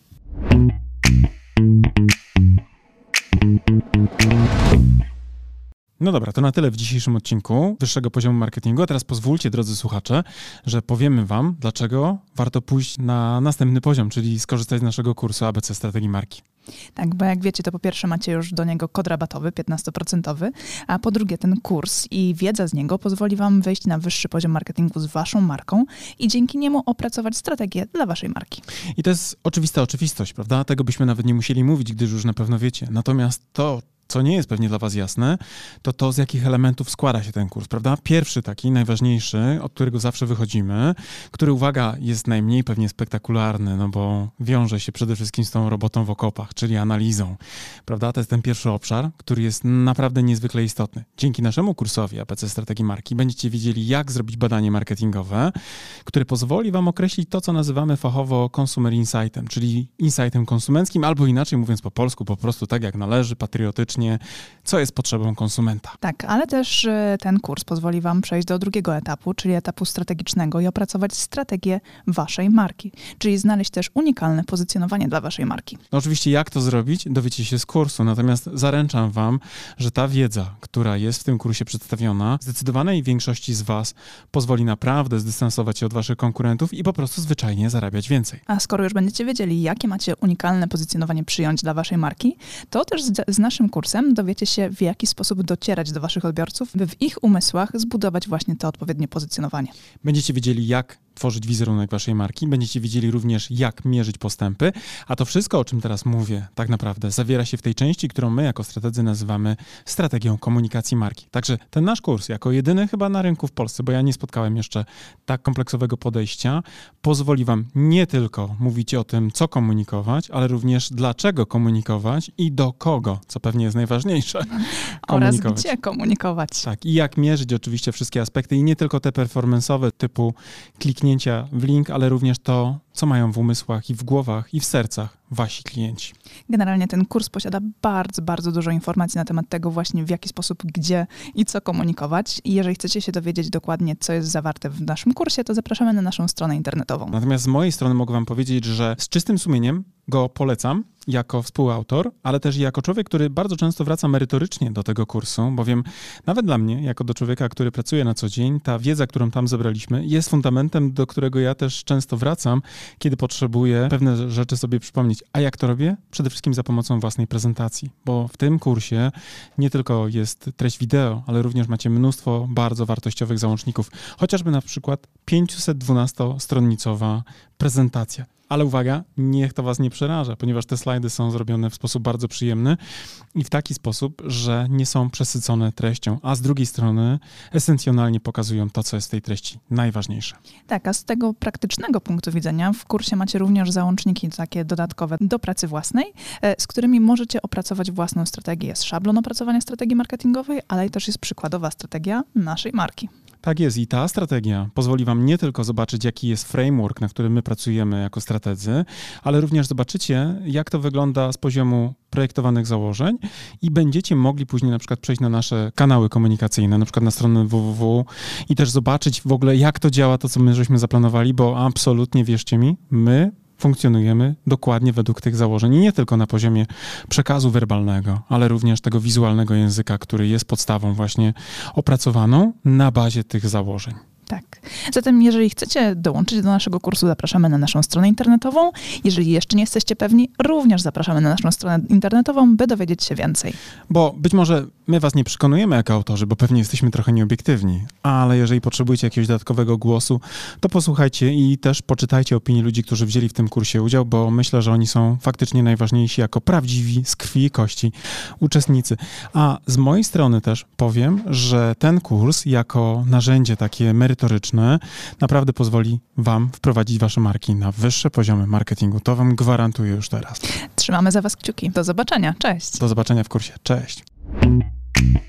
No dobra, to na tyle w dzisiejszym odcinku wyższego poziomu marketingu. A teraz pozwólcie, drodzy słuchacze, że powiemy wam, dlaczego warto pójść na następny poziom, czyli skorzystać z naszego kursu ABC Strategii Marki. Tak, bo jak wiecie, to po pierwsze macie już do niego kod rabatowy 15%, a po drugie ten kurs i wiedza z niego pozwoli wam wejść na wyższy poziom marketingu z waszą marką i dzięki niemu opracować strategię dla waszej marki. I to jest oczywista oczywistość, prawda? Tego byśmy nawet nie musieli mówić, gdyż już na pewno wiecie. Natomiast to, co nie jest pewnie dla was jasne, to z jakich elementów składa się ten kurs, prawda? Pierwszy taki, najważniejszy, od którego zawsze wychodzimy, który, uwaga, jest najmniej pewnie spektakularny, no bo wiąże się przede wszystkim z tą robotą w okopach, czyli analizą, prawda? To jest ten pierwszy obszar, który jest naprawdę niezwykle istotny. Dzięki naszemu kursowi ABC Strategii Marki będziecie wiedzieli, jak zrobić badanie marketingowe, które pozwoli wam określić to, co nazywamy fachowo consumer insightem, czyli insightem konsumenckim, albo inaczej mówiąc po polsku, po prostu tak jak należy, patriotycznie, co jest potrzebą konsumenta. Tak, ale też ten kurs pozwoli wam przejść do drugiego etapu, czyli etapu strategicznego i opracować strategię waszej marki, czyli znaleźć też unikalne pozycjonowanie dla waszej marki. No oczywiście jak to zrobić, dowiecie się z kursu, natomiast zaręczam wam, że ta wiedza, która jest w tym kursie przedstawiona, zdecydowanej większości z was pozwoli naprawdę zdystansować się od waszych konkurentów i po prostu zwyczajnie zarabiać więcej. A skoro już będziecie wiedzieli, jakie macie unikalne pozycjonowanie przyjąć dla waszej marki, to też z naszym kursem dowiecie się, w jaki sposób docierać do waszych odbiorców, by w ich umysłach zbudować właśnie to odpowiednie pozycjonowanie. Będziecie wiedzieli, jak tworzyć wizerunek waszej marki, będziecie wiedzieli również, jak mierzyć postępy, a to wszystko, o czym teraz mówię, tak naprawdę zawiera się w tej części, którą my jako strategzy nazywamy strategią komunikacji marki. Także ten nasz kurs, jako jedyny chyba na rynku w Polsce, bo ja nie spotkałem jeszcze tak kompleksowego podejścia, pozwoli wam nie tylko mówić o tym, co komunikować, ale również dlaczego komunikować i do kogo, co pewnie jest najważniejsze, Oraz gdzie komunikować. Tak, i jak mierzyć oczywiście wszystkie aspekty i nie tylko te performance'owe typu kliknięcia w link, ale również to, co mają w umysłach i w głowach i w sercach wasi klienci. Generalnie ten kurs posiada bardzo, bardzo dużo informacji na temat tego właśnie, w jaki sposób, gdzie i co komunikować. I jeżeli chcecie się dowiedzieć dokładnie, co jest zawarte w naszym kursie, to zapraszamy na naszą stronę internetową. Natomiast z mojej strony mogę wam powiedzieć, że z czystym sumieniem go polecam jako współautor, ale też jako człowiek, który bardzo często wraca merytorycznie do tego kursu, bowiem nawet dla mnie, jako do człowieka, który pracuje na co dzień, ta wiedza, którą tam zebraliśmy, jest fundamentem, do którego ja też często wracam, kiedy potrzebuję pewne rzeczy sobie przypomnieć. A jak to robię? Przede wszystkim za pomocą własnej prezentacji, bo w tym kursie nie tylko jest treść wideo, ale również macie mnóstwo bardzo wartościowych załączników, chociażby na przykład 512-stronnicowa prezentacja. Ale uwaga, niech to was nie przeraża, ponieważ te slajdy są zrobione w sposób bardzo przyjemny i w taki sposób, że nie są przesycone treścią, a z drugiej strony esencjonalnie pokazują to, co jest w tej treści najważniejsze. Tak, a z tego praktycznego punktu widzenia w kursie macie również załączniki takie dodatkowe do pracy własnej, z którymi możecie opracować własną strategię. Jest szablon opracowania strategii marketingowej, ale też jest przykładowa strategia naszej marki. Tak jest i ta strategia pozwoli wam nie tylko zobaczyć, jaki jest framework, na którym my pracujemy jako strategzy, ale również zobaczycie, jak to wygląda z poziomu projektowanych założeń i będziecie mogli później na przykład przejść na nasze kanały komunikacyjne, na przykład na stronę www i też zobaczyć w ogóle, jak to działa, to co my żeśmy zaplanowali, bo absolutnie, wierzcie mi, my funkcjonujemy dokładnie według tych założeń i nie tylko na poziomie przekazu werbalnego, ale również tego wizualnego języka, który jest podstawą właśnie opracowaną na bazie tych założeń. Tak. Zatem jeżeli chcecie dołączyć do naszego kursu, zapraszamy na naszą stronę internetową. Jeżeli jeszcze nie jesteście pewni, również zapraszamy na naszą stronę internetową, by dowiedzieć się więcej. Bo być może my was nie przekonujemy jako autorzy, bo pewnie jesteśmy trochę nieobiektywni, ale jeżeli potrzebujecie jakiegoś dodatkowego głosu, to posłuchajcie i też poczytajcie opinii ludzi, którzy wzięli w tym kursie udział, bo myślę, że oni są faktycznie najważniejsi jako prawdziwi, z krwi i kości uczestnicy. A z mojej strony też powiem, że ten kurs jako narzędzie takie merytoryczne naprawdę pozwoli wam wprowadzić wasze marki na wyższe poziomy marketingu. To wam gwarantuję już teraz. Trzymamy za was kciuki. Do zobaczenia. Cześć. Do zobaczenia w kursie. Cześć.